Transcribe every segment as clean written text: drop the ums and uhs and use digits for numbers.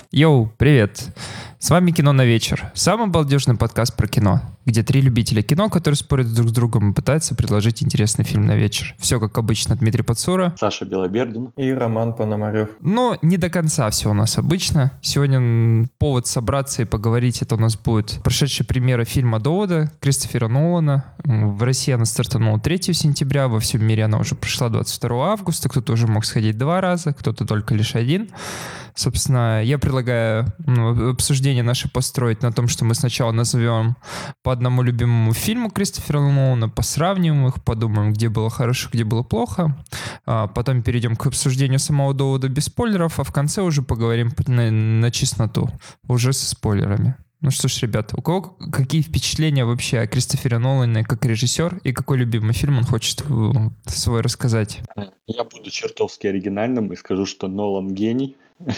Йоу, привет! С вами «Кино на вечер», самый балдежный подкаст про кино, где три любителя кино, которые спорят друг с другом и пытаются предложить интересный фильм на вечер. Все как обычно, Дмитрий Подсура. Саша Белобердин. И Роман Пономарев. Но не до конца все у нас обычно. Сегодня повод собраться и поговорить, это у нас будет прошедшая премьера фильма «Довода» Кристофера Нолана. В России она стартанула 3 сентября, во всем мире она уже прошла 22 августа, кто-то уже мог сходить 2 раза, кто-то только лишь один. Собственно, я предлагаю обсуждение наше построить на том, что мы сначала назовем по одному любимому фильму Кристофера Нолана, посравним их, подумаем, где было хорошо, где было плохо. Потом перейдем к обсуждению самого «Довода» без спойлеров, а в конце уже поговорим на чистоту, уже со спойлерами. Ну что ж, ребята, у кого какие впечатления вообще о Кристофере Нолане как режиссер и какой любимый фильм он хочет свой рассказать? Я буду чертовски оригинальным и скажу, что Нолан гений.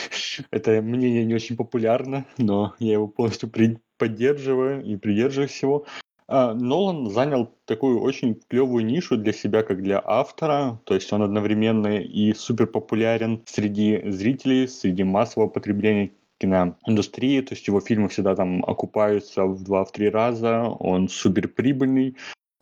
Это мнение не очень популярно, но я его полностью поддерживаю и придерживаюсь его. Нолан занял такую очень клевую нишу для себя, как для автора. То есть он одновременно и супер популярен среди зрителей, среди массового потребления киноиндустрии, то есть его фильмы всегда там окупаются в 2-3 раза, он супер прибыльный.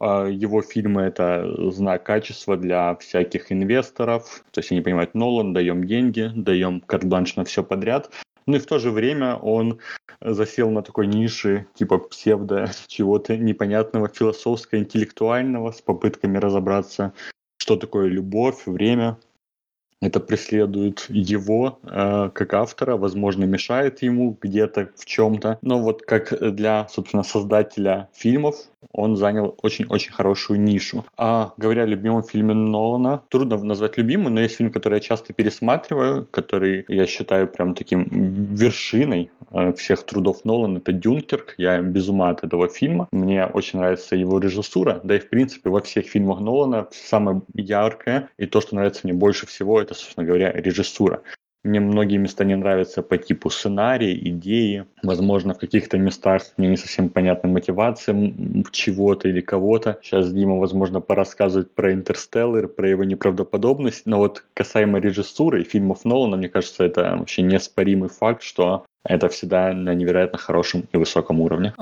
Его фильмы — это знак качества для всяких инвесторов, то есть они понимают: Нолан, даем деньги, даем карт-бланш на все подряд. Ну и в то же время он засел на такой нише типа псевдо чего-то непонятного, философско-интеллектуального, с попытками разобраться, что такое любовь, время. Это преследует его как автора, возможно, мешает ему где-то в чем-то. Но вот как для, собственно, создателя фильмов он занял очень-очень хорошую нишу. Говоря о любимом фильме Нолана, трудно назвать любимым, но есть фильм, который я часто пересматриваю, который я считаю прям таким вершиной всех трудов Нолана. Это «Дюнкерк». Я без ума от этого фильма. Мне очень нравится его режиссура. Да и, в принципе, во всех фильмах Нолана самое яркое и то, что нравится мне больше всего, это, собственно говоря, режиссура. Мне многие места не нравятся по типу сценария, идеи. Возможно, в каких-то местах мне не совсем понятна мотивация чего-то или кого-то. Сейчас Дима, возможно, порассказывает про «Интерстеллар», про его неправдоподобность. Но вот касаемо режиссуры и фильмов Нолана, мне кажется, это вообще неоспоримый факт, что это всегда на невероятно хорошем и высоком уровне.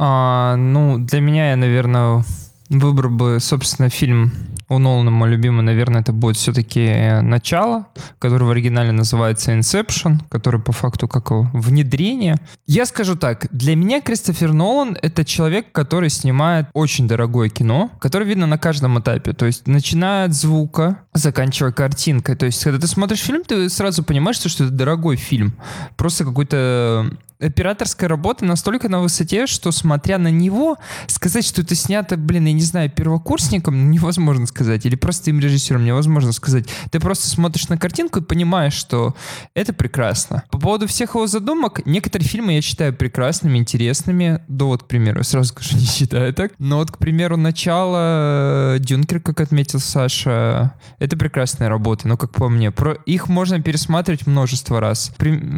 Для меня, я, наверное, выбрал бы, собственно, фильм у Нолана, мой любимый, наверное, это будет все-таки «Начало», который в оригинале называется «Inception», который по факту как внедрение. Я скажу так, для меня Кристофер Нолан — это человек, который снимает очень дорогое кино, которое видно на каждом этапе, то есть начиная от звука, заканчивая картинкой. То есть когда ты смотришь фильм, ты сразу понимаешь, что это дорогой фильм. Просто какой-то операторская работа настолько на высоте, что, смотря на него, сказать, что это снято, я не знаю, первокурсником, невозможно сказать, или простым режиссером, невозможно сказать. Ты просто смотришь на картинку и понимаешь, что это прекрасно. По поводу всех его задумок, некоторые фильмы я считаю прекрасными, интересными. «Довод», к примеру, сразу скажу, не считаю так. Но вот, к примеру, «Начало», «Дюнкерк», как отметил Саша, это прекрасная работа, но, как по мне, их можно пересматривать множество раз.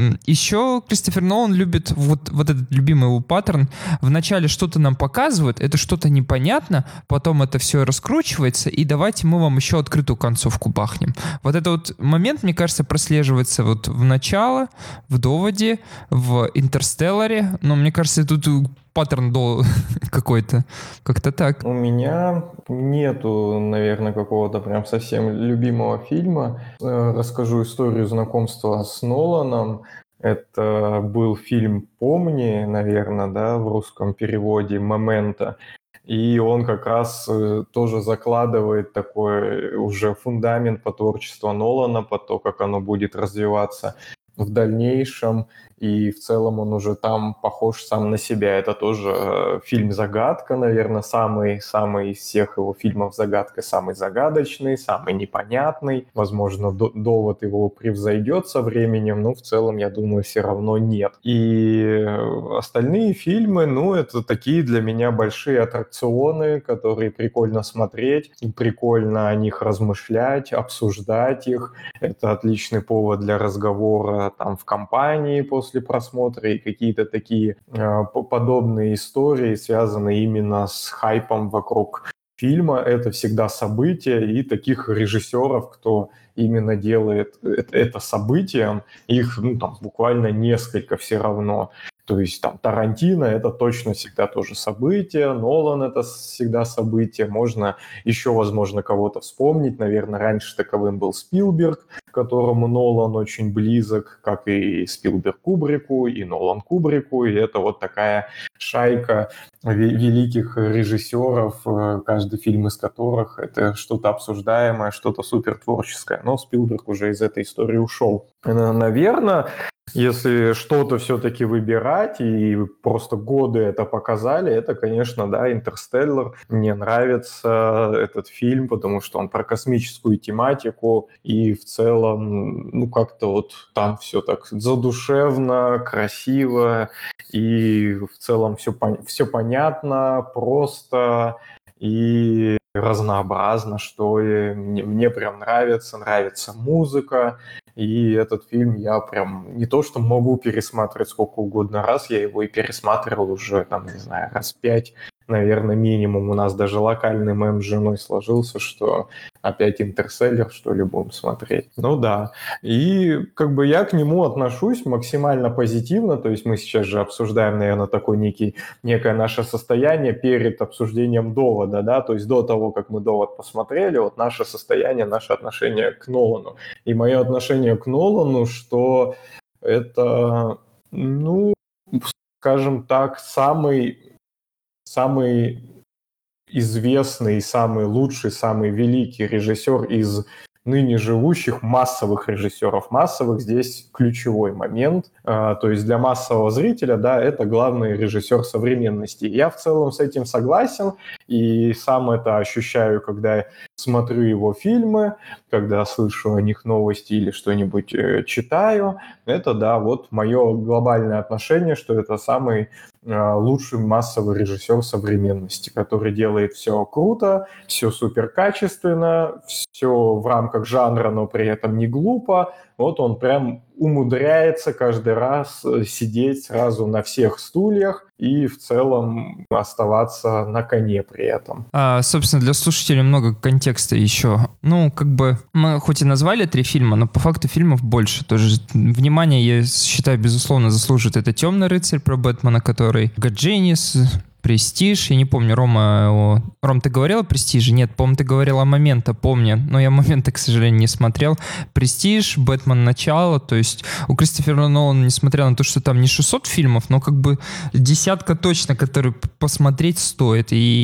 Еще Кристофер Нолан любит вот этот любимый его паттерн. Вначале что-то нам показывают, это что-то непонятно, потом это все раскручивается, и давайте мы вам еще открытую концовку бахнем. Вот этот вот момент, мне кажется, прослеживается вот в «Начало», в «Доводе», в «Интерстелларе». Но мне кажется, тут паттерн какой-то. Как-то так. У меня нету, наверное, какого-то прям совсем любимого фильма. Расскажу историю знакомства с Ноланом. Это был фильм «Помни», наверное, да, в русском переводе, «Моменто». И он как раз тоже закладывает такой уже фундамент по творчеству Нолана, по то, как оно будет развиваться в дальнейшем. И в целом он уже там похож сам на себя. Это тоже фильм «Загадка», наверное, самый из всех его фильмов «Загадка», самый загадочный, самый непонятный. Возможно, «Довод» его превзойдет со временем, но в целом, я думаю, все равно нет. И остальные фильмы, это такие для меня большие аттракционы, которые прикольно смотреть, и прикольно о них размышлять, обсуждать их. Это отличный повод для разговора там в компании после просмотра, и какие-то такие подобные истории, связанные именно с хайпом вокруг фильма — это всегда событие, и таких режиссеров, кто именно делает это событием, их там буквально несколько все равно. То есть там Тарантино — это точно всегда тоже событие, Нолан — это всегда событие. Можно еще, возможно, кого-то вспомнить. Наверное, раньше таковым был Спилберг, к которому Нолан очень близок, как и Спилберг Кубрику, и Нолан Кубрику. И это вот такая шайка великих режиссеров, каждый фильм из которых это что-то обсуждаемое, что-то супертворческое. Но Спилберг уже из этой истории ушел. Наверное, если что-то все-таки выбирать, и просто годы это показали, это, конечно, да, «Интерстеллар». Мне нравится этот фильм, потому что он про космическую тематику, и в целом, ну, как-то вот там все так задушевно, красиво, и в целом все понятно, просто и разнообразно, что ли. Мне прям нравится музыка, и этот фильм я прям не то что могу пересматривать сколько угодно раз, я его и пересматривал уже, там, не знаю, раз 5, наверное, минимум. У нас даже локальный мем с женой сложился, что опять «Интерстеллар», что ли, будем смотреть. Ну да. И как бы я к нему отношусь максимально позитивно, то есть мы сейчас же обсуждаем, наверное, такой некое наше состояние перед обсуждением «Довода», да, то есть до того, как мы «Довод» посмотрели, вот наше состояние, наше отношение к Нолану. И мое отношение к Нолану, что это, ну, скажем так, самый известный, самый лучший, самый великий режиссер из ныне живущих массовых режиссеров. Массовых здесь ключевой момент. То есть для массового зрителя, да, это главный режиссер современности. Я в целом с этим согласен, и сам это ощущаю, когда смотрю его фильмы, когда слышу о них новости или что-нибудь читаю. Это, да, вот мое глобальное отношение, что это самый лучший массовый режиссер современности, который делает все круто, все суперкачественно, все в рамках жанра, но при этом не глупо. Вот он прям умудряется каждый раз сидеть сразу на всех стульях и в целом оставаться на коне при этом. Собственно, для слушателей много контекста еще. Ну, как бы мы хоть и назвали 3 фильма, но по факту фильмов больше. Тоже внимание, я считаю, безусловно, заслужит это «Темный рыцарь» про Бэтмена, который «Гадженис», «Престиж». Я не помню, Ром, ты говорил о «Престиже»? Нет, по-моему, ты говорил о «Моменто», помню. Но я «Моменто», к сожалению, не смотрел. «Престиж», «Бэтмен. Начало». То есть у Кристофера Нолана, несмотря на то, что там не 600 фильмов, но как бы десятка точно, которые посмотреть стоит.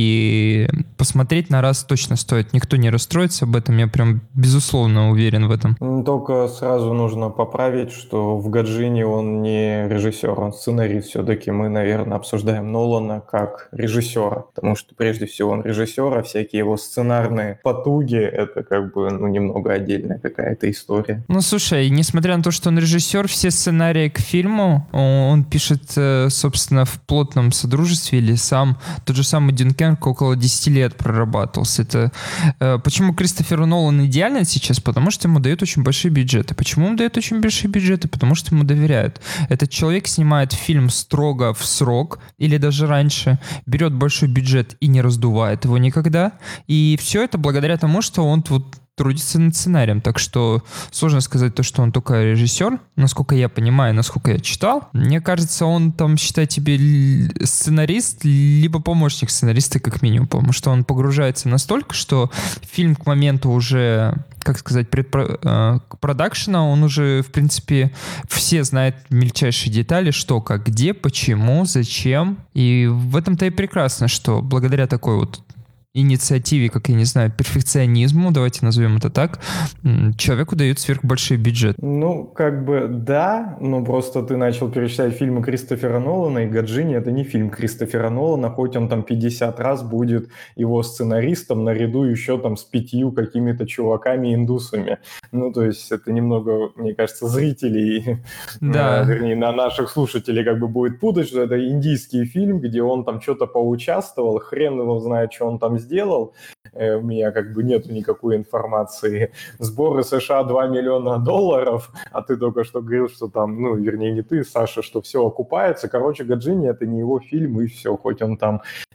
И посмотреть на раз точно стоит. Никто не расстроится об этом. Я прям безусловно уверен в этом. Только сразу нужно поправить, что в «Гаджине» он не режиссер, он сценарист. Все-таки мы, наверное, обсуждаем Нолана как режиссера, потому что прежде всего он режиссер, а всякие его сценарные потуги — это как бы, ну, немного отдельная какая-то история. Ну, слушай, несмотря на то, что он режиссер, все сценарии к фильму он пишет, собственно, в плотном содружестве, или сам, тот же самый Дюнкерк около 10 лет прорабатывался. Это почему Кристоферу Нолану идеально сейчас? Потому что ему дают очень большие бюджеты. Почему ему дают очень большие бюджеты? Потому что ему доверяют. Этот человек снимает фильм строго в срок, или даже раньше, берет большой бюджет и не раздувает его никогда. И все это благодаря тому, что он вот трудится над сценарием. Так что сложно сказать то, что он только режиссер. Насколько я понимаю, насколько я читал. Мне кажется, он там, считай тебе, сценарист, либо помощник сценариста как минимум. Потому что он погружается настолько, что фильм к моменту уже, как сказать, продакшена, он уже, в принципе, все знают мельчайшие детали, что, как, где, почему, зачем. И в этом-то и прекрасно, что благодаря такой вот инициативе, как, я не знаю, перфекционизму, давайте назовем это так, человеку дают сверхбольшой бюджет. Ну, как бы да, но просто ты начал перечислять фильмы Кристофера Нолана, и «Гаджини» — это не фильм Кристофера Нолана, хоть он там 50 раз будет его сценаристом наряду еще там с 5 какими-то чуваками-индусами. Ну, то есть это немного, мне кажется, зрителей, Да. Вернее, на наших слушателей как бы будет путать, что это индийский фильм, где он там что-то поучаствовал, хрен его знает, что он там сделал. У меня как бы нету никакой информации. Сборы США $2 миллиона, а ты только что говорил, что там, ну, вернее, не ты, Саша, что все окупается. Короче, «Гаджини» — это не его фильм, и все. Хоть он там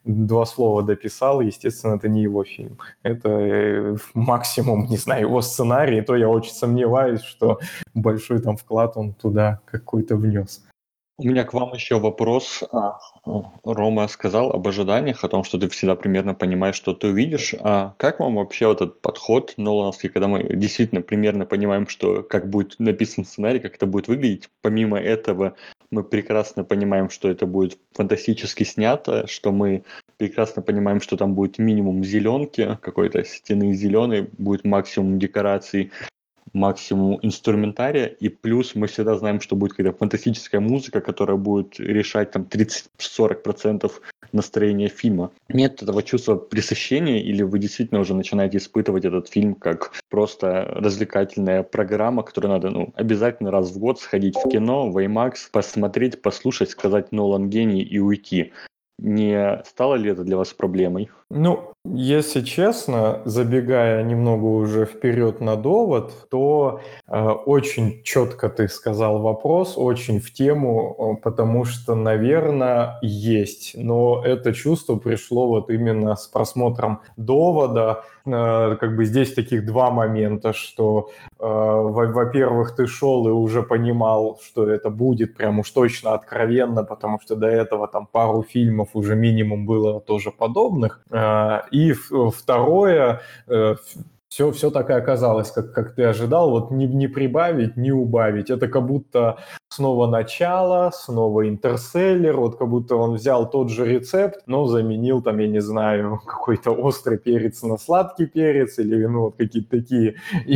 2 слова дописал, естественно, это не его фильм. Это максимум, не знаю, его сценарий, то я очень сомневаюсь, что большой там вклад он туда какой-то внес. У меня к вам еще вопрос. Рома сказал об ожиданиях, о том, что ты всегда примерно понимаешь, что ты увидишь. А как вам вообще вот этот подход нолановский, когда мы действительно примерно понимаем, что как будет написан сценарий, как это будет выглядеть? Помимо этого, мы прекрасно понимаем, что это будет фантастически снято, что мы прекрасно понимаем, что там будет минимум зеленки, какой-то стены зеленой, будет максимум декораций, максимум инструментария, и плюс мы всегда знаем, что будет какая-то фантастическая музыка, которая будет решать там 30-40% настроения фильма. Нет этого чувства пресыщения, или вы действительно уже начинаете испытывать этот фильм как просто развлекательная программа, которую надо обязательно раз в год сходить в кино, в IMAX, посмотреть, послушать, сказать «Нолан гений» и уйти. Не стало ли это для вас проблемой? Если честно, забегая немного уже вперед на довод, то очень четко ты сказал вопрос, очень в тему, потому что, наверное, есть. Но это чувство пришло вот именно с просмотром довода. Как бы здесь таких 2 момента, что, во-первых, ты шел и уже понимал, что это будет прям уж точно откровенно, потому что до этого там пару фильмов уже минимум было тоже подобных. И второе, все так и оказалось, как ты ожидал, вот не прибавить, не убавить. Это как будто снова начало, снова Интерстеллар, вот как будто он взял тот же рецепт, но заменил там, я не знаю, какой-то острый перец на сладкий перец, или вот какие-то такие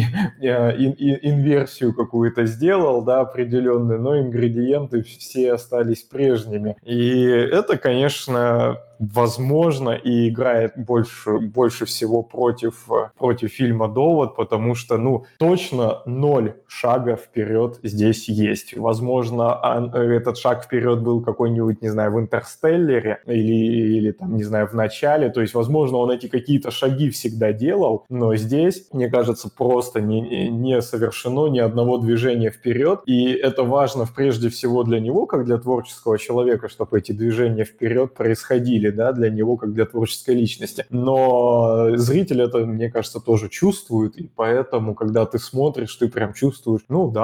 инверсию какую-то сделал, да, определенную, но ингредиенты все остались прежними. И это, конечно, возможно, и играет больше всего против фильма «Довод», потому что, точно 0 шага вперед здесь есть. Возможно, этот шаг вперед был какой-нибудь, не знаю, в «Интерстелларе» или там, не знаю, в начале. То есть, возможно, он эти какие-то шаги всегда делал, но здесь, мне кажется, просто не совершено ни одного движения вперед. И это важно прежде всего для него, как для творческого человека, чтобы эти движения вперед происходили, да, для него, как для творческой личности. Но зритель это, мне кажется, тоже чувствует, и поэтому, когда ты смотришь, ты прям чувствуешь,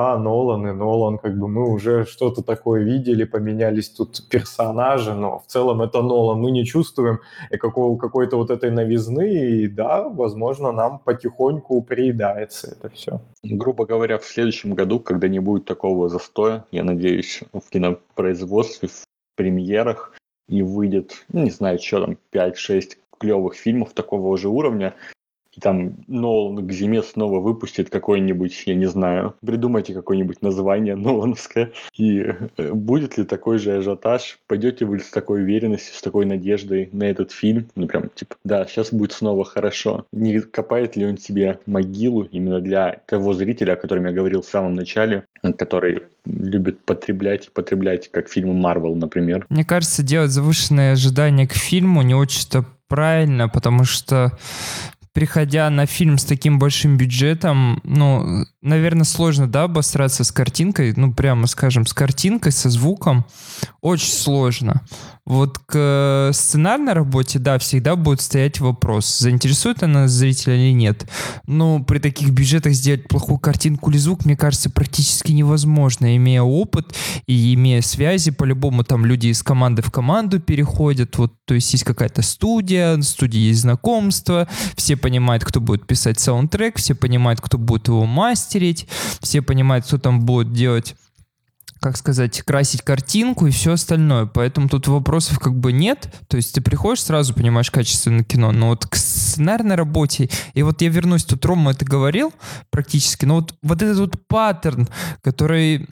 Нолан, как бы мы уже что-то такое видели, поменялись тут персонажи, но в целом это Нолан. Мы не чувствуем какой-то вот этой новизны, и да, возможно, нам потихоньку приедается это все. Грубо говоря, в следующем году, когда не будет такого застоя, я надеюсь, в кинопроизводстве, в премьерах, и выйдет, не знаю, что там, 5-6 клевых фильмов такого же уровня, и там Нолан к зиме снова выпустит какой-нибудь, я не знаю, придумайте какое-нибудь название нолановское, и будет ли такой же ажиотаж, пойдете вы с такой уверенностью, с такой надеждой на этот фильм, прям типа, да, сейчас будет снова хорошо. Не копает ли он себе могилу именно для того зрителя, о котором я говорил в самом начале, который любит потреблять, как фильмы Marvel, например. Мне кажется, делать завышенные ожидания к фильму не очень-то правильно, потому что приходя на фильм с таким большим бюджетом, наверное, сложно, да, обосраться с картинкой, прямо скажем, с картинкой, со звуком, очень сложно. Вот к сценарной работе, да, всегда будет стоять вопрос, заинтересует она зрителя или нет. Но при таких бюджетах сделать плохую картинку или звук, мне кажется, практически невозможно. Имея опыт и имея связи, по-любому там люди из команды в команду переходят. Вот, то есть есть какая-то студия, в студии есть знакомства, все понимают, кто будет писать саундтрек, все понимают, кто будет его мастерить, все понимают, кто там будет делать, как сказать, красить картинку и все остальное. Поэтому тут вопросов как бы нет. То есть ты приходишь, сразу понимаешь качественное кино. Но вот к сценарной работе, и вот я вернусь, тут Рома это говорил практически, но вот этот вот паттерн, который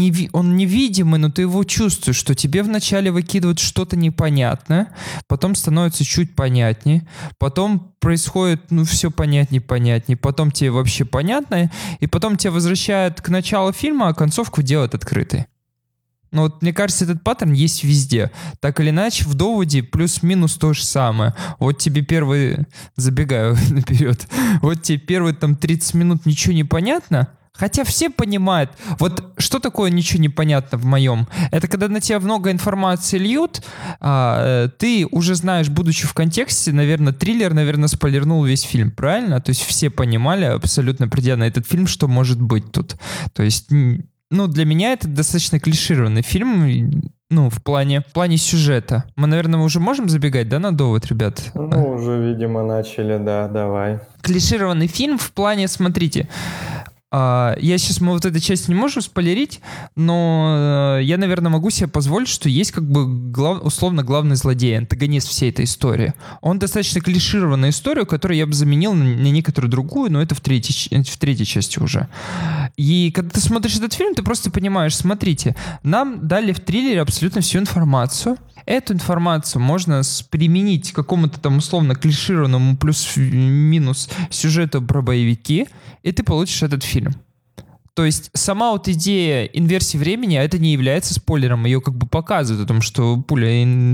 он невидимый, но ты его чувствуешь, что тебе вначале выкидывают что-то непонятное, потом становится чуть понятнее, потом происходит, все понятнее, потом тебе вообще понятно, и потом тебя возвращают к началу фильма, а концовку делают открытой. Мне кажется, этот паттерн есть везде. Так или иначе, в «Доводе» плюс-минус то же самое. Вот тебе забегаю наперед, вот тебе первые там 30 минут ничего не понятно, Хотя все понимают, вот что такое ничего не понятно в моем? Это когда на тебя много информации льют, ты уже знаешь, будучи в контексте, наверное, триллер, наверное, спойлернул весь фильм, правильно? То есть все понимали абсолютно, придя на этот фильм, что может быть тут. То есть, ну, для меня это достаточно клишированный фильм, ну, в плане сюжета. Мы, наверное, уже можем забегать, да, на довод, ребят? Ну, уже, видимо, начали, да, давай. Клишированный фильм в плане, смотрите, я сейчас, мы вот эту часть не можем спойлерить, но я, наверное, могу себе позволить, что есть как бы условно главный злодей, антагонист всей этой истории. Он достаточно клишированная история, которую я бы заменил на некоторую другую, но это в третьей части уже. И когда ты смотришь этот фильм, ты просто понимаешь, смотрите, нам дали в триллере абсолютно всю информацию. Эту информацию можно применить к какому-то там условно клишированному плюс-минус сюжету про боевики, и ты получишь этот фильм. То есть сама вот идея инверсии времени, это не является спойлером, ее как бы показывают о том, что пуля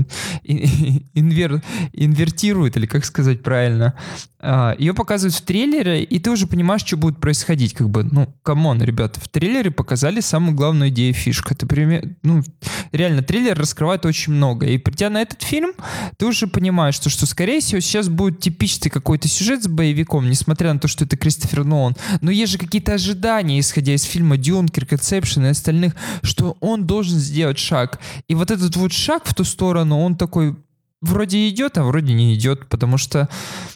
инвертирует, или как сказать правильно. Ее показывают в трейлере, и ты уже понимаешь, что будет происходить. Как бы, ну, камон, ребята, в трейлере показали самую главную идею, фишку. Ну, реально, трейлер раскрывает очень много. И придя на этот фильм, ты уже понимаешь, что скорее всего, сейчас будет типичный какой-то сюжет с боевиком, несмотря на то, что это Кристофер Нолан. Но есть же какие-то ожидания, исходя из фильма «Дюнкерк», «Инсепшн» и остальных, что он должен сделать шаг. И вот этот вот шаг в ту сторону, он такой вроде идет, а вроде не идет, потому что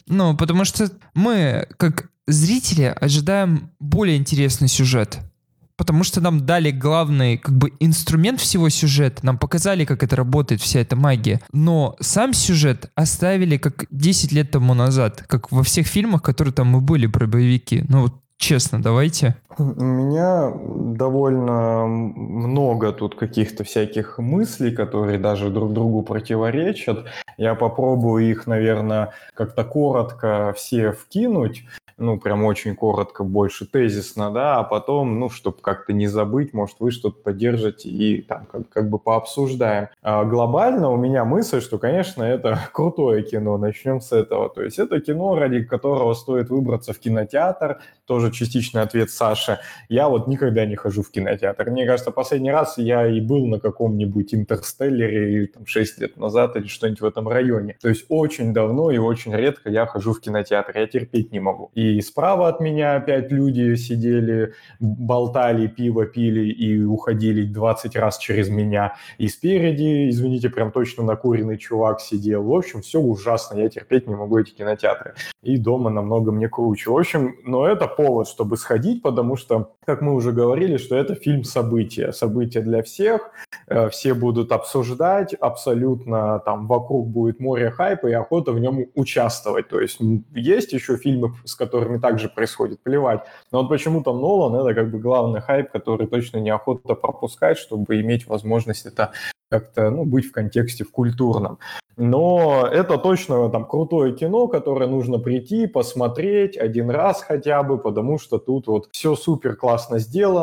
мы, как зрители, ожидаем более интересный сюжет. Потому что нам дали главный как бы инструмент всего сюжета, нам показали, как это работает, вся эта магия. Но сам сюжет оставили как 10 лет тому назад, как во всех фильмах, которые там и были про боевики. Ну вот честно, давайте. У меня довольно много тут каких-то всяких мыслей, которые даже друг другу противоречат. Я попробую их, наверное, как-то коротко все вкинуть. Ну, прям очень коротко, больше тезисно, да, а потом, ну, чтобы как-то не забыть, может, вы что-то поддержите и там как бы пообсуждаем. Глобально у меня мысль, что, конечно, это крутое кино, начнем с этого. То есть это кино, ради которого стоит выбраться в кинотеатр, тоже частичный ответ Саши. Я вот никогда не хожу в кинотеатр. Мне кажется, последний раз я и был на каком-нибудь «Интерстеллере» там 6 лет назад или что-нибудь в этом районе. То есть очень давно и очень редко я хожу в кинотеатр. Я терпеть не могу. И справа от меня опять люди сидели, болтали, пиво пили и уходили 20 раз через меня. И спереди, извините, прям точно накуренный чувак сидел. В общем, все ужасно. Я терпеть не могу эти кинотеатры. И дома намного мне круче. В общем, но это повод, чтобы сходить, потому что, как мы уже говорили, что это фильм-событие. Событие для всех. Все будут обсуждать. Абсолютно там вокруг будет море хайпа и охота в нем участвовать. То есть есть еще фильмы, с которыми также происходит, плевать. Но вот почему-то Нолан — это как бы главный хайп, который точно неохота пропускать, чтобы иметь возможность это как-то, ну, быть в контексте в культурном. Но это точно там крутое кино, которое нужно прийти, посмотреть один раз хотя бы, потому что тут вот все супер классно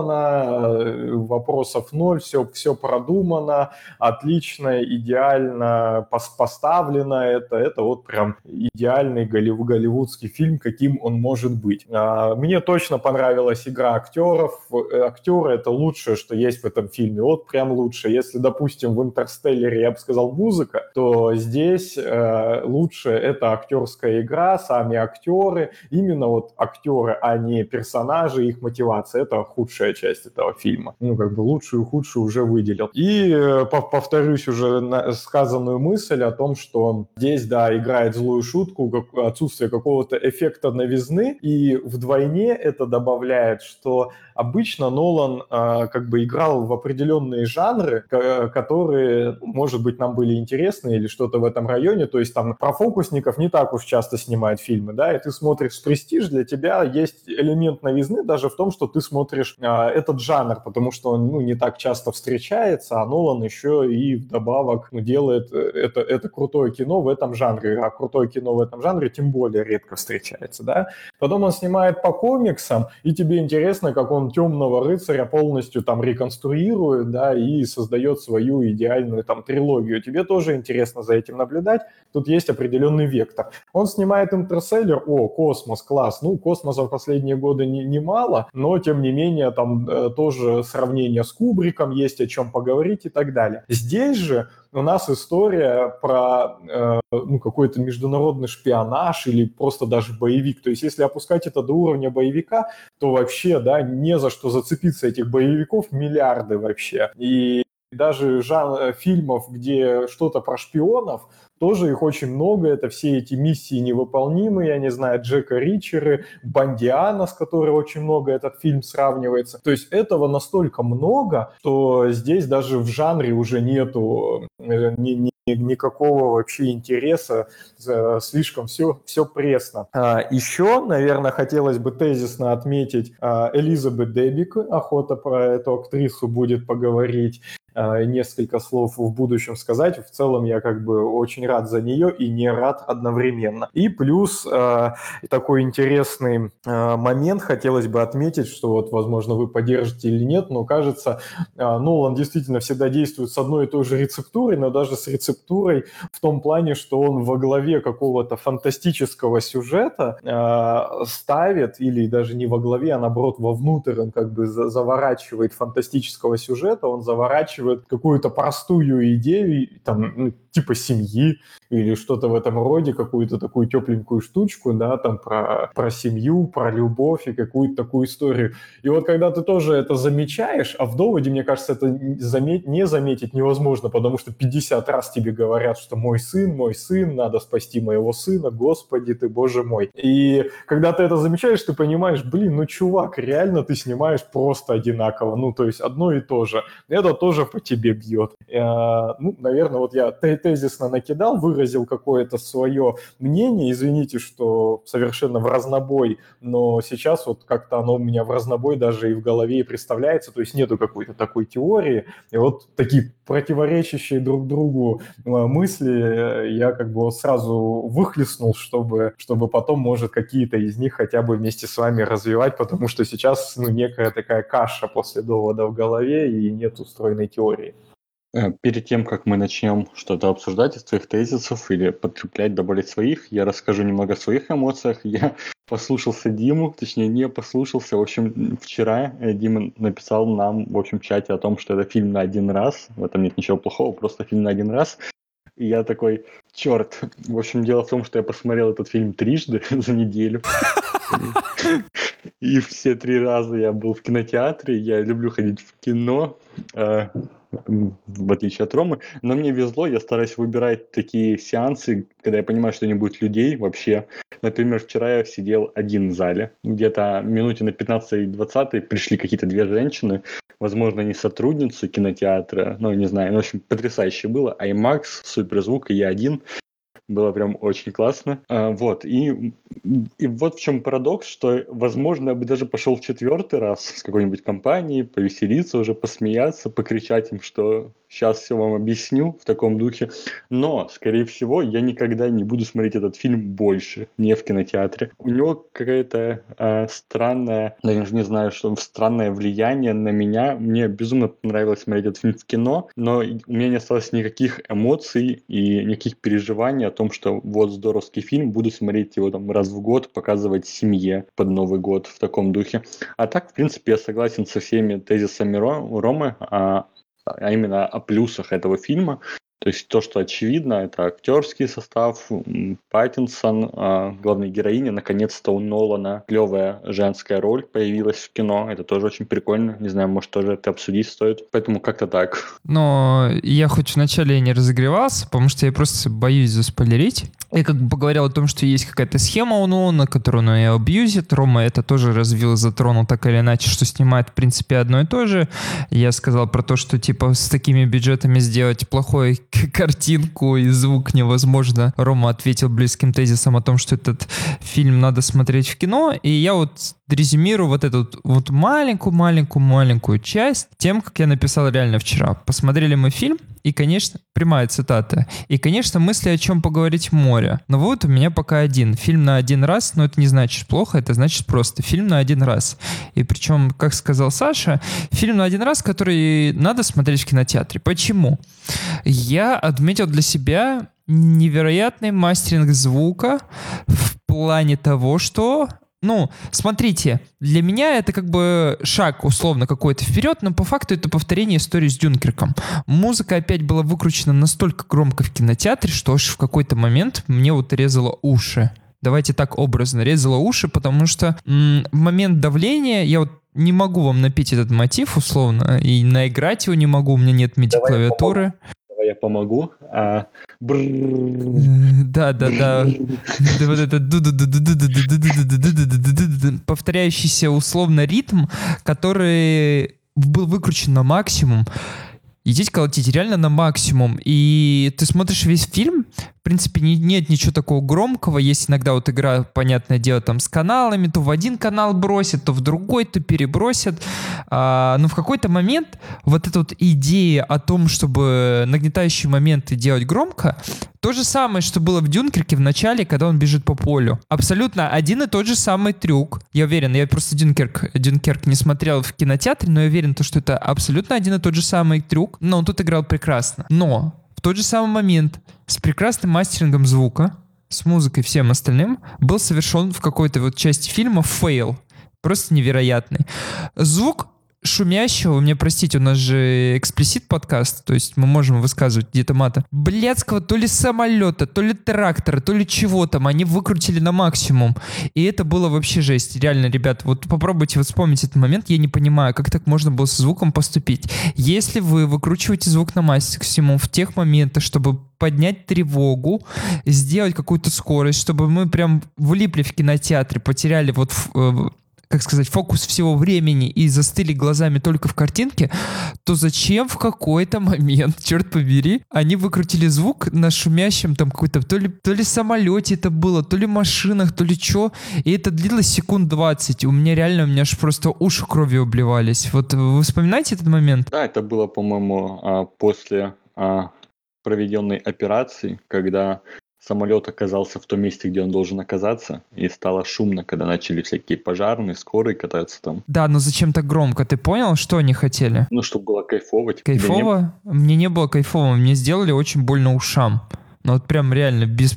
сделано, вопросов ноль, все продумано, отлично, идеально поставлено. Это вот прям идеальный голливудский фильм, каким он может быть. Мне точно понравилась игра актеров. Актеры — это лучшее, что есть в этом фильме. Вот прям лучше. Если, допустим, в «Интерстеллере» я бы сказал музыка, то здесь лучше это актерская игра, сами актеры, именно вот актеры, а не персонажи, их мотивация. Это худшая часть этого фильма. Ну, как бы лучшую и худшую уже выделил. И повторюсь уже сказанную мысль о том, что здесь, да, играет злую шутку, отсутствие какого-то эффекта новизны, и вдвойне это добавляет, что обычно Нолан как бы играл в определенные жанры, которые, может быть, нам были интересны или что-то в этом районе, то есть там про фокусников не так уж часто снимают фильмы, да, и ты смотришь «Престиж», для тебя есть элемент новизны даже в том, что ты смотришь этот жанр, потому что он, ну, не так часто встречается, а Нолан еще и вдобавок, ну, делает это крутое кино в этом жанре, а крутое кино в этом жанре тем более редко встречается, да. Потом он снимает по комиксам, и тебе интересно, как он «Темного рыцаря» полностью там реконструирует, да, и создает свою идеальную там трилогию. Тебе тоже интересно за этим наблюдать. Тут есть определенный вектор. Он снимает «Интерстеллар», о, космос, класс. Ну, космоса в последние последние годы немало, но, тем не менее, там тоже сравнение с Кубриком есть о чем поговорить и так далее. Здесь же у нас история про какой-то международный шпионаж или просто даже боевик. То есть если опускать это до уровня боевика, то вообще, да, не за что зацепиться, этих боевиков миллиарды вообще. И даже жанр фильмов, где что-то про шпионов, тоже их очень много. Это все эти миссии невыполнимые, я не знаю, Джека Ричера, Бондиана, с которой очень много этот фильм сравнивается. То есть этого настолько много, что здесь даже в жанре уже нету никакого вообще интереса, слишком все пресно. Еще, наверное, хотелось бы тезисно отметить Элизабет Дебик, охота про эту актрису будет поговорить, несколько слов в будущем сказать. В целом я как бы очень рад за нее и не рад одновременно. И плюс такой интересный момент хотелось бы отметить, что вот, возможно, вы поддержите или нет, но кажется, Нолан действительно всегда действует с одной и той же рецептурой, но даже с рецептурой в том плане, что он во главе какого-то фантастического сюжета ставит, или даже не во главе, а наоборот вовнутрь, он как бы заворачивает фантастического сюжета, он заворачивает какую-то простую идею, там, типа семьи или что-то в этом роде, какую-то такую тепленькую штучку, да, там про семью, про любовь и какую-то такую историю. И вот когда ты тоже это замечаешь, а в доводе, мне кажется, это не заметить невозможно, потому что 50 раз тебе говорят, что мой сын, надо спасти моего сына, господи ты, боже мой. И когда ты это замечаешь, ты понимаешь, чувак, реально ты снимаешь просто одинаково, то есть одно и то же. Это тоже по тебе бьет. Наверное, вот я тезисно накидал, выразил какое-то свое мнение, извините, что совершенно в разнобой, но сейчас вот как-то оно у меня в разнобой даже и в голове и представляется, то есть нету какой-то такой теории, и вот такие противоречащие друг другу мысли я как бы вот сразу выхлестнул, чтобы потом, может, какие-то из них хотя бы вместе с вами развивать, потому что сейчас некая такая каша после довода в голове и нет устроенной теории. Перед тем, как мы начнем что-то обсуждать из твоих тезисов или подкреплять, добавлять своих, я расскажу немного о своих эмоциях. Я послушался Диму, точнее не послушался. В общем, вчера Дима написал нам в общем чате о том, что это фильм на один раз. В этом нет ничего плохого, просто фильм на один раз. И я такой, черт. В общем, дело в том, что я посмотрел этот фильм трижды за неделю. И все 3 раза я был в кинотеатре. Я люблю ходить в кино, в отличие от Ромы. Но мне везло, я стараюсь выбирать такие сеансы, когда я понимаю, что не будет людей вообще. Например, вчера я сидел один в зале. Где-то минуте на 15-20 пришли какие-то 2 женщины, возможно, они сотрудницы кинотеатра, не знаю. В общем, потрясающе было. IMAX, суперзвук, и я один. Было прям очень классно. Вот. И вот в чем парадокс, что, возможно, я бы даже пошел в 4-й раз с какой-нибудь компанией, повеселиться уже, посмеяться, покричать им, что сейчас все вам объясню в таком духе. Но, скорее всего, я никогда не буду смотреть этот фильм больше, не в кинотеатре. У него какое-то странное, я не знаю, что странное влияние на меня. Мне безумно понравилось смотреть этот фильм в кино, но у меня не осталось никаких эмоций и никаких переживаний о том, что вот здоровский фильм, буду смотреть его там раз в год, показывать семье под Новый год в таком духе. А так, в принципе, я согласен со всеми тезисами Ромы, а именно о плюсах этого фильма. То есть то, что очевидно, это актерский состав, Паттинсон, главная героиня, наконец-то у Нолана клевая женская роль появилась в кино. Это тоже очень прикольно. Не знаю, может, тоже это обсудить стоит. Поэтому как-то так. Но я хоть вначале не разогревался, потому что я просто боюсь заспойлерить. Я как бы поговорил о том, что есть какая-то схема у Нолана, которую он и абьюзит. Рома это тоже развил и затронул так или иначе, что снимает в принципе одно и то же. Я сказал про то, что типа с такими бюджетами сделать плохой картинку и звук невозможно. Рома ответил близким тезисом о том, что этот фильм надо смотреть в кино. И я вот резюмирую вот эту вот маленькую часть тем, как я написал реально вчера. Посмотрели мы фильм, и, конечно, прямая цитата. И, конечно, мысли о чем поговорить в море. Но вот у меня пока один. Фильм на один раз, но это не значит плохо, это значит просто фильм на один раз. И причем, как сказал Саша, фильм на один раз, который надо смотреть в кинотеатре. Почему? Я отметил для себя невероятный мастеринг звука в плане того, что Ну, смотрите, для меня это как бы шаг условно какой-то вперед, но по факту это повторение истории с Дюнкерком. Музыка опять была выкручена настолько громко в кинотеатре, что аж в какой-то момент мне вот резало уши. Давайте так образно, резало уши, потому что в момент давления я вот не могу вам напеть этот мотив условно, и наиграть его не могу, у меня нет MIDI-клавиатуры. Давай я помогу. Да. Да, вот это повторяющийся условно ритм, который был выкручен на максимум. И здесь колотить реально на максимум. И ты смотришь весь фильм, в принципе, нет ничего такого громкого. Есть иногда вот игра, понятное дело, там с каналами, то в один канал бросят, то в другой, то перебросят. Но в какой-то момент вот эта вот идея о том, чтобы нагнетающие моменты делать громко, то же самое, что было в Дюнкерке в начале, когда он бежит по полю. Абсолютно один и тот же самый трюк. Я уверен, я просто Дюнкерк не смотрел в кинотеатре, но я уверен, что это абсолютно один и тот же самый трюк. Но он тут играл прекрасно. Но в тот же самый момент с прекрасным мастерингом звука, с музыкой и всем остальным был совершен в какой-то вот части фильма фейл. Просто невероятный. Звук шумящего, вы мне простите, у нас же эксплисит подкаст, то есть мы можем высказывать где-то мата. Блядского то ли самолета, то ли трактора, то ли чего там, они выкрутили на максимум. И это было вообще жесть. Реально, ребят, вот попробуйте вот вспомнить этот момент, я не понимаю, как так можно было со звуком поступить. Если вы выкручиваете звук на максимум в тех моментах, чтобы поднять тревогу, сделать какую-то скорость, чтобы мы прям влипли в кинотеатре, потеряли вот как сказать, фокус всего времени и застыли глазами только в картинке, то зачем в какой-то момент, черт побери, они выкрутили звук на шумящем там какой-то, то ли самолете это было, то ли машинах, то ли что, и это длилось секунд 20. У меня аж просто уши кровью обливались. Вот вы вспоминаете этот момент? Да, это было, по-моему, после проведенной операции, когда самолет оказался в том месте, где он должен оказаться, и стало шумно, когда начали всякие пожарные, скорые кататься там. Да, но зачем так громко? Ты понял, что они хотели? Ну, чтобы было кайфово. Кайфово? Мне не было кайфово, мне сделали очень больно ушам. Ну вот прям реально, без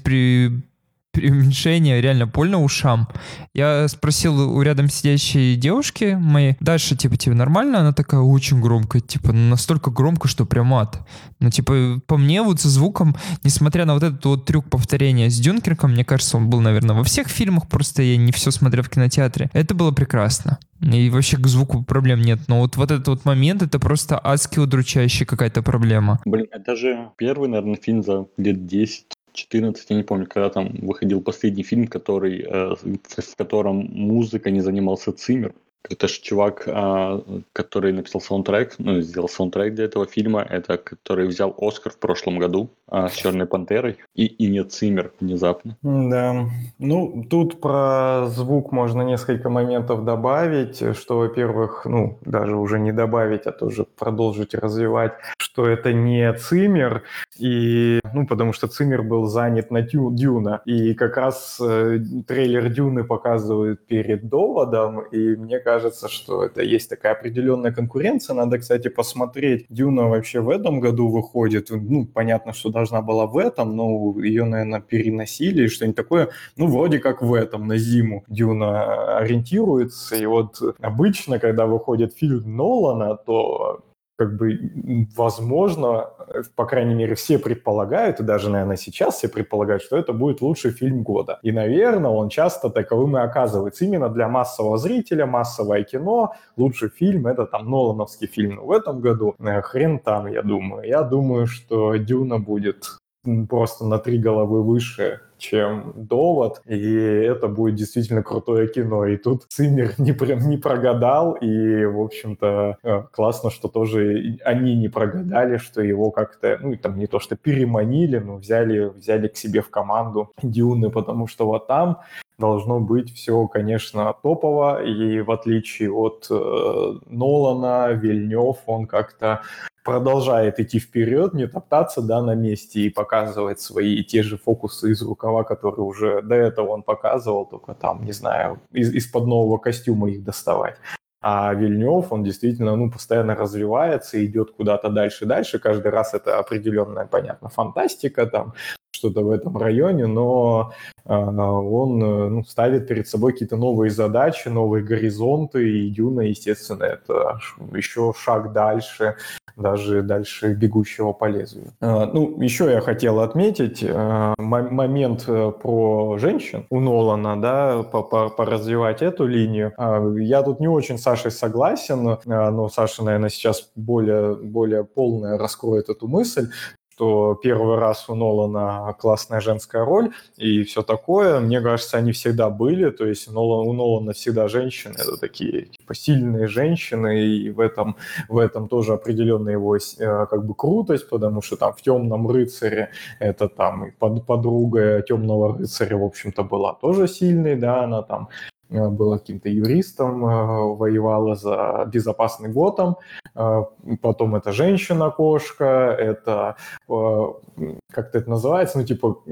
преуменьшения, реально больно ушам. Я спросил у рядом сидящей девушки моей: Даша, типа, тебе нормально? Она такая: очень громко, типа, настолько громко, что прям ад. Ну, типа, по мне вот со звуком, несмотря на вот этот вот трюк повторения с Дюнкерком, мне кажется, он был, наверное, во всех фильмах, просто я не все смотрел в кинотеатре. Это было прекрасно. И вообще к звуку проблем нет. Но вот этот вот момент, это просто адски удручающая какая-то проблема. Блин, это же первый, наверное, фильм за лет 10. 14, я не помню, когда там выходил последний фильм, в котором музыка не занимался Циммер. Это же чувак, который написал саундтрек, ну, сделал саундтрек для этого фильма, это который взял Оскар в прошлом году с «Черной пантерой», и нет Циммер внезапно. Да, ну, тут про звук можно несколько моментов добавить, что, во-первых, ну, даже уже не добавить, а тоже продолжить развивать, что это не Циммер, и, ну, потому что Циммер был занят на Дюна, и как раз трейлер Дюны показывают перед доводом, и мне кажется, что это есть такая определенная конкуренция. Надо, кстати, посмотреть. Дюна вообще в этом году выходит. Ну, понятно, что должна была в этом, но ее, наверное, переносили, что-нибудь такое. Ну, вроде как в этом, на зиму Дюна ориентируется. И вот обычно, когда выходит фильм Нолана, то как бы, возможно, по крайней мере, все предполагают, и даже, наверное, сейчас все предполагают, что это будет лучший фильм года. И, наверное, он часто таковым и оказывается. Именно для массового зрителя, массовое кино, лучший фильм — это там нолановский фильм. Но в этом году хрен там, я думаю. Я думаю, что «Дюна» будет просто на 3 головы выше, чем «Довод», и это будет действительно крутое кино. И тут Циммер не прогадал, и, в общем-то, классно, что тоже они не прогадали, что его как-то, ну, там не то что переманили, но взяли к себе в команду «Дюны», потому что вот там должно быть все, конечно, топово, и в отличие от Нолана, Вильнёв, он как-то продолжает идти вперед, не топтаться, да, на месте, и показывать свои те же фокусы из рукава, которые уже до этого он показывал, только там, не знаю, из-под нового костюма их доставать. А Вильнёв, он действительно, ну, постоянно развивается, идет куда-то дальше. Каждый раз это определенная, понятно, фантастика, там, что-то в этом районе, но он ставит перед собой какие-то новые задачи, новые горизонты, и Дюна, естественно, это еще шаг дальше, даже дальше «Бегущего по лезвию». Еще я хотел отметить момент про женщин у Нолана, да, поразвивать эту линию. Я тут не очень с Сашей согласен, но Саша, наверное, сейчас более полно раскроет эту мысль, что первый раз у Нолана классная женская роль и все такое. Мне кажется, они всегда были. То есть у Нолана всегда женщины. Это такие типа сильные женщины. И в этом тоже определенная его как бы крутость, потому что там в «Темном рыцаре» это там и подруга «Темного рыцаря», в общем-то, была тоже сильной, да, она там была каким-то юристом, воевала за безопасный Готэм. Потом это женщина-кошка, это, как-то это называется,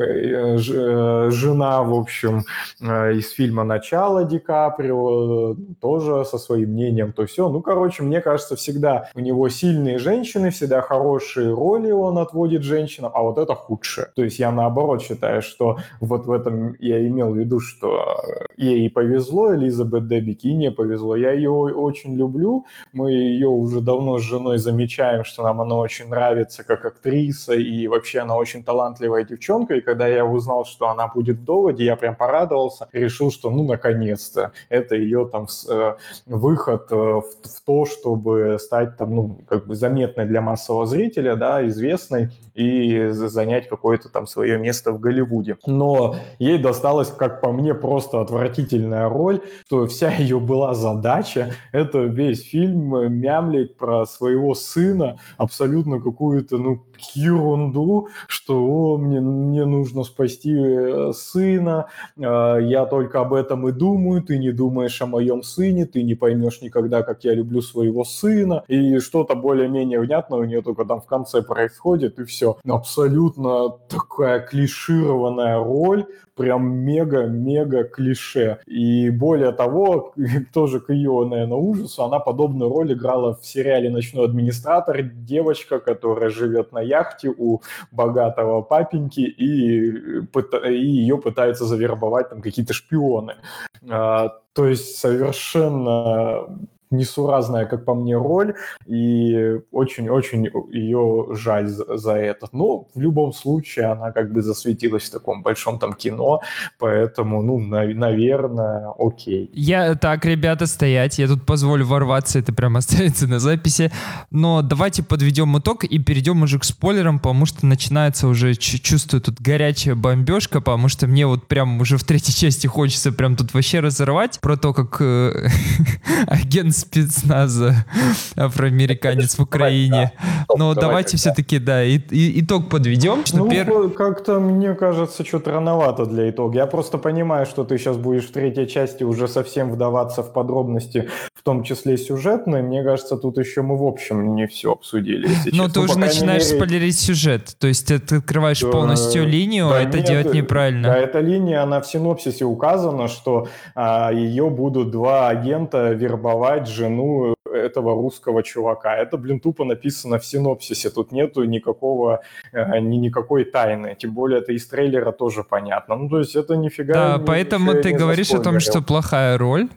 жена, в общем, из фильма «Начало» Ди Каприо, тоже со своим мнением, то все. Мне кажется, всегда у него сильные женщины, всегда хорошие роли он отводит женщинам, а вот это худшее. То есть я наоборот считаю, что вот в этом я имел в виду, что ей повезло, Элизабет Дебики, и не повезло. Я ее очень люблю, мы ее уже давно с женой замечаем, что нам она очень нравится как актриса, и вообще она очень талантливая девчонка, и когда я узнал, что она будет в «Доводе», я прям порадовался, решил, что наконец-то, это ее там выход в то, чтобы стать там, как бы заметной для массового зрителя, да, известной, и занять какое-то там свое место в Голливуде. Но ей досталась, как по мне, просто отвратительная роль, что вся ее была задача, это весь фильм мямлить про своего сына, абсолютно какую-то, ерунду, что мне нужно спасти сына, я только об этом и думаю, ты не думаешь о моем сыне, ты не поймешь никогда, как я люблю своего сына, и что-то более-менее внятное у нее только там в конце происходит, и все. Абсолютно такая клишированная роль, прям мега-мега клише. И более того, тоже к ее, наверное, ужасу, она подобную роль играла в сериале «Ночной администратор», девочка, которая живет на яхте у богатого папеньки, и ее пытаются завербовать там какие-то шпионы. То есть совершенно несуразная, как по мне, роль, и очень-очень ее жаль за это. Но в любом случае она как бы засветилась в таком большом там кино, поэтому, наверное, окей. Так, ребята, стоять, я тут позволю ворваться, это прям останется на записи, но давайте подведем итог и перейдем уже к спойлерам, потому что начинается уже, чувствую, тут горячая бомбежка, потому что мне вот прям уже в третьей части хочется прям тут вообще разорвать про то, как агент спецназа, афроамериканец в Украине. Но давайте все-таки, да, итог подведем. Как-то, мне кажется, что-то рановато для итога. Я просто понимаю, что ты сейчас будешь в третьей части уже совсем вдаваться в подробности, в том числе сюжетные. Мне кажется, тут еще мы в общем не все обсудили. Но ты уже начинаешь спойлерить сюжет. То есть ты открываешь полностью линию, а это делать неправильно. Да, эта линия, она в синопсисе указана, что ее будут два агента вербовать жену этого русского чувака. Это, тупо написано в синопсисе. Тут нету никакой тайны. Тем более это из трейлера тоже понятно. То есть это нифига... Да, поэтому ты говоришь о том, что плохая роль.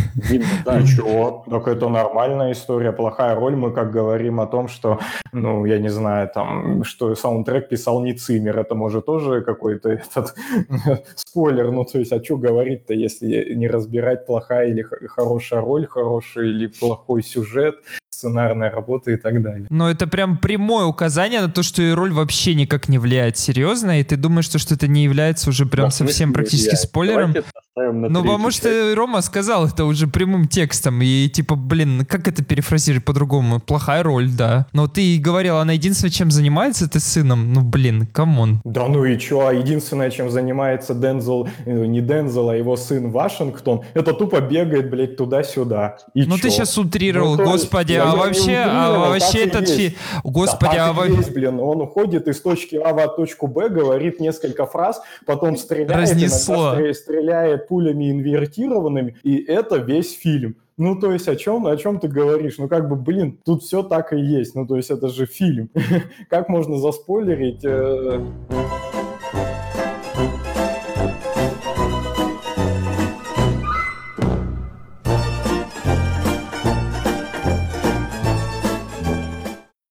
Да, чего? Так это нормальная история. Плохая роль. Мы как говорим о том, что, я не знаю, там, что саундтрек писал не Циммер. Это может тоже какой-то этот спойлер. То есть, а что говорить-то, если не разбирать, плохая или хорошая роль, хороший или плохой сюжет, сценарная работа и так далее. Но это прям прямое указание на то, что и роль вообще никак не влияет серьезно, и ты думаешь, что это не является уже прям совсем практически спойлером. Потому что Рома сказал это уже прямым текстом, и типа, как это перефразировать по-другому? Плохая роль, да. Но ты говорил, она единственное, чем занимается, ты сыном. Камон. Да и что? Единственное, чем занимается Дензел, не Дензел, а его сын Вашингтон, это тупо бегает, туда-сюда. И ты сейчас утрировал, господи, вообще этот фильм... Господи, он уходит из точки А в точку Б, говорит несколько фраз, потом стреляет, иногда стреляет пулями инвертированными, и это весь фильм. То есть о чем ты говоришь? Тут все так и есть. То есть это же фильм. Как можно заспойлерить...